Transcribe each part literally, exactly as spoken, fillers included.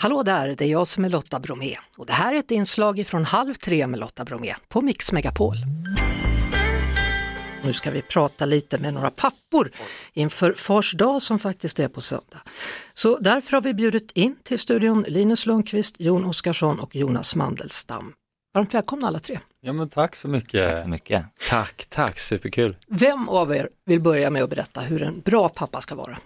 Hallå där, det är jag som är Lotta Bromé och det här är ett inslag från Halv tre med Lotta Bromé på Mix Megapol. Nu ska vi prata lite med några pappor inför Fars dag som faktiskt är på söndag. Så därför har vi bjudit in till studion Linus Lundqvist, Jon Oskarsson och Jonas Mandelstam. Varmt välkomna alla tre. Ja men tack så mycket. Tack så mycket. Tack, tack, superkul. Vem av er vill börja med att berätta hur en bra pappa ska vara?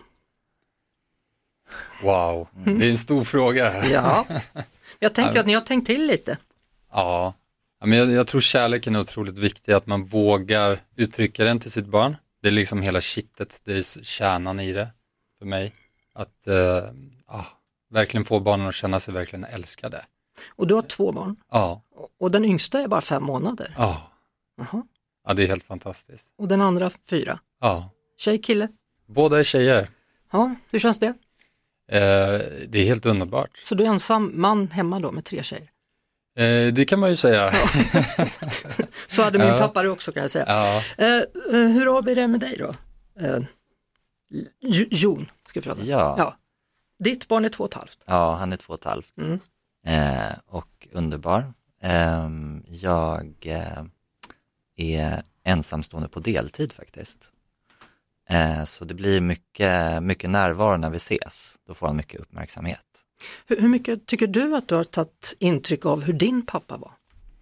Wow, mm. det är en stor fråga. Ja, jag tänker att ni har tänkt till lite. Ja, men jag, jag tror kärleken är otroligt viktig, att man vågar uttrycka den till sitt barn. Det är liksom hela kittet, det är kärnan i det för mig. Att äh, ah, verkligen få barnen att känna sig verkligen älskade. Och du har två barn? Ja. Och den yngsta är bara fem månader? Ja. Jaha. Ja, det är helt fantastiskt. Och den andra fyra? Ja. Tjej, kille? Båda är tjejer. Ja, hur känns det? Eh, det är helt underbart. Så du är ensam man hemma då med tre tjejer? Eh, det kan man ju säga. Ja. Så hade min ja. pappa det också, kan jag säga. Ja. Eh, hur har vi det med dig då? Eh, Jon, ska jag fråga. Ja. ja. Ditt barn är två och ett halvt. Ja, han är två och ett halvt. Mm. Eh, och underbar. Eh, jag eh, är ensamstående på deltid faktiskt. Eh, så det blir mycket, mycket närvaro när vi ses. Då får han mycket uppmärksamhet. Hur, hur mycket tycker du att du har tagit intryck av hur din pappa var?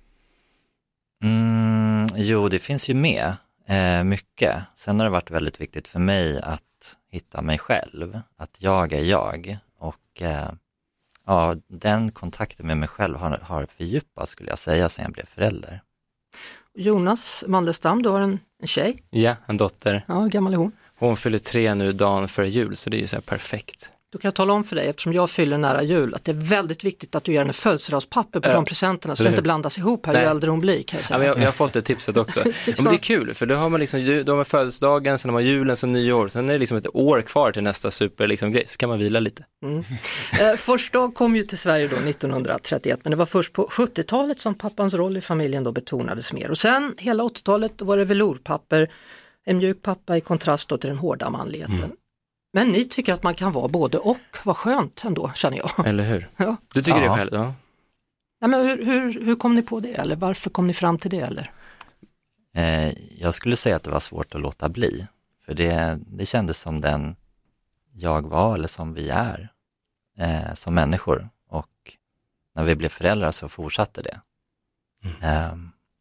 Mm, jo, det finns ju med eh, mycket. Sen har det varit väldigt viktigt för mig att hitta mig själv. Att jag är jag. Och eh, ja, den kontakten med mig själv har, har fördjupats, skulle jag säga, sen jag blev förälder. Jonas Mandelstam, du har en, en tjej. Ja, en dotter. Ja, hur gammal är hon? Hon fyller tre nu dagen före jul, så det är ju så här perfekt. Då kan jag tala om för dig, eftersom jag fyller nära jul, att det är väldigt viktigt att du gör en födelsedagspapper på Ja. de presenterna så det inte blandas ihop här. Nej. Ju äldre hon blir, kan jag säga. Ja, men jag, jag har fått det tipset också. Ja, men det är kul, för då har man liksom, då har man födelsedagen, sen har man julen som nyår, sen är det liksom ett år kvar till nästa super liksom, grej, så kan man vila lite. Mm. Eh, Fars dag kom ju till Sverige då nittonhundratrettioett, men det var först på sjuttiotalet som pappans roll i familjen då betonades mer. Och sen hela åttiotalet då var det velourpapper, en mjuk pappa i kontrast då till den hårda manligheten. Mm. Men ni tycker att man kan vara både och, vad skönt ändå, känner jag. Eller hur? Ja. Du tycker Ja. det själv? Ja. Nej, men hur, hur, hur kom ni på det, eller varför kom ni fram till det? Eller? Eh, jag skulle säga att det var svårt att låta bli. För det, det kändes som den jag var, eller som vi är, eh, som människor. Och när vi blev föräldrar så fortsatte det. Mm. Eh,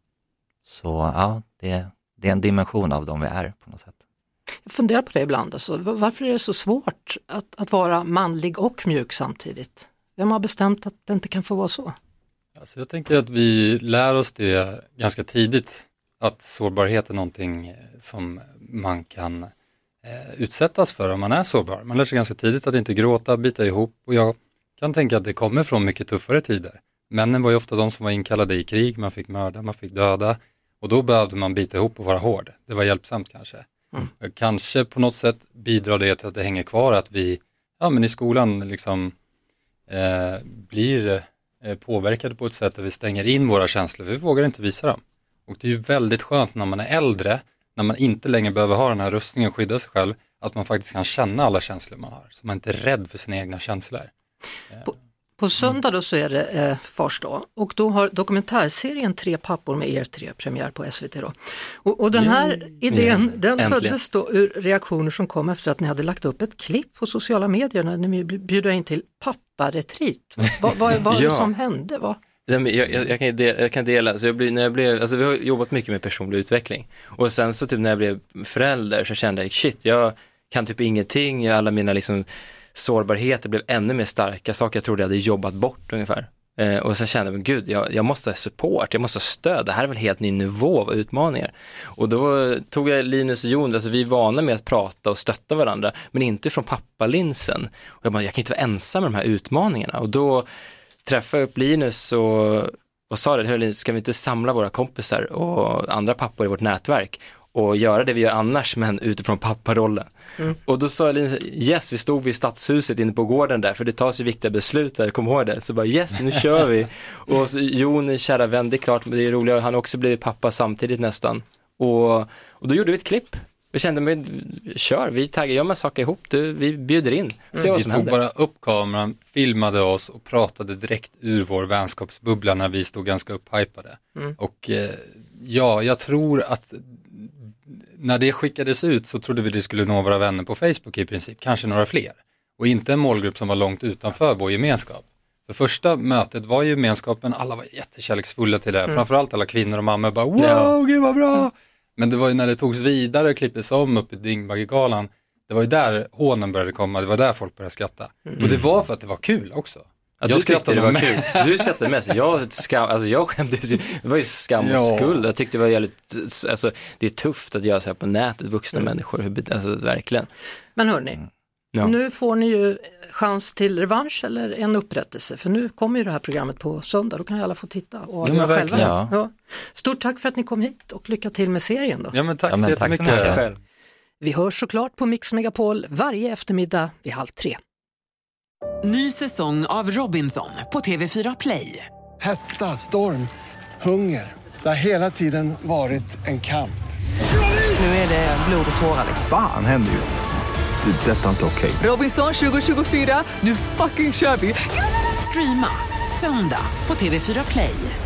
så ja, det, det är en dimension av dem vi är på något sätt. Jag funderar på det ibland, alltså. Varför är det så svårt att, att vara manlig och mjuk samtidigt? Vem har bestämt att det inte kan få vara så? Alltså jag tänker att vi lär oss det ganska tidigt, att sårbarhet är någonting som man kan eh, utsättas för om man är sårbar. Man lär sig ganska tidigt att inte gråta, bita ihop, och jag kan tänka att det kommer från mycket tuffare tider. Männen var ju ofta de som var inkallade i krig, man fick mörda, man fick döda, och då behövde man bita ihop och vara hård. Det var hjälpsamt kanske. Mm. Kanske på något sätt bidrar det till att det hänger kvar, att vi ja, men i skolan liksom eh, blir eh, påverkade på ett sätt där vi stänger in våra känslor. Vi vågar inte visa dem. Och det är ju väldigt skönt när man är äldre, när man inte längre behöver ha den här rustningen och skydda sig själv, att man faktiskt kan känna alla känslor man har. Så man inte är rädd för sina egna känslor. På, på söndag då så är det eh, Fars dag, och då har dokumentärserien Tre pappor med er tre premiär på S V T då. Och, och den här mm. idén, mm. den Äntligen. föddes då ur reaktioner som kom efter att ni hade lagt upp ett klipp på sociala medier när ni bjöd in till papparetreat. Vad, vad, vad var det Ja. som hände? Vad? Jag, jag, jag, kan dela, jag kan dela, så jag blir, när jag blev, alltså vi har jobbat mycket med personlig utveckling, och sen så typ när jag blev förälder så kände jag, shit, jag kan typ ingenting, alla mina liksom sårbarheter blev ännu mer starka, saker jag trodde jag hade jobbat bort ungefär. Eh, och så kände jag, men gud, jag, jag måste ha support, jag måste ha stöd, det här är väl helt ny nivå av utmaningar. Och då tog jag Linus och Jon, alltså vi är vana med att prata och stötta varandra, men inte från pappalinsen. Och jag bara, jag kan inte vara ensam med de här utmaningarna. Och då träffade jag upp Linus och, och sa det, hör Linus, ska vi inte samla våra kompisar och andra pappor i vårt nätverk och göra det vi gör annars, men utifrån papparollen. Mm. Och då sa Linus, yes, vi stod vid stadshuset inne på gården där, för det tas ju viktiga beslut där, kom ihåg det. Så bara, yes, nu kör vi. Och så, Jon, kära vän, det är klart, det är roligt, han har också blivit pappa samtidigt nästan. Och, och då gjorde vi ett klipp Vi kände, men kör, vi taggar, gör man saker ihop, du, vi bjuder in, se vad Vi som tog händer. bara upp kameran, filmade oss och pratade direkt ur vår vänskapsbubbla när vi stod ganska upphypade. Mm. Och eh, ja, jag tror att när det skickades ut så trodde vi det skulle nå våra vänner på Facebook i princip, kanske några fler. Och inte en målgrupp som var långt utanför vår gemenskap. För första mötet var ju gemenskapen, alla var jättekärleksfulla till det. Mm. Framförallt alla kvinnor och mammor bara, wow, ja. Gud vad bra. Mm. Men det var ju när det togs vidare och klipptes om upp i Dingbaggegalan, det var ju där hånen började komma, det var där folk började skratta. Mm. Och det var för att det var kul också. Ja, jag du tyckte det var med. Kul. Du skrattade mest. Jag, skam, alltså jag skämde, det var ju skam och ja. skuld. Jag tyckte det var jävligt, alltså det är tufft att göra så här på nätet, vuxna mm. människor, alltså verkligen. Men hörni, ja. nu får ni ju chans till revansch eller en upprättelse, för nu kommer ju det här programmet på söndag, då kan alla få titta och ja, själva. Ja. Ja. Stort tack för att ni kom hit och lycka till med serien då. Ja men tack ja, men så jättemycket. Tack så mycket. Vi hörs såklart på Mix Megapol varje eftermiddag vid halv tre. Ny säsong av Robinson på T V fyra Play. Hetta, storm, hunger. Det har hela tiden varit en kamp. Nu är det blod och tårar. Fan händer just det. Det är detta inte okej. Okay. Robinson tjugo tjugofyra, nu fucking kör vi. Streama söndag på T V fyra Play.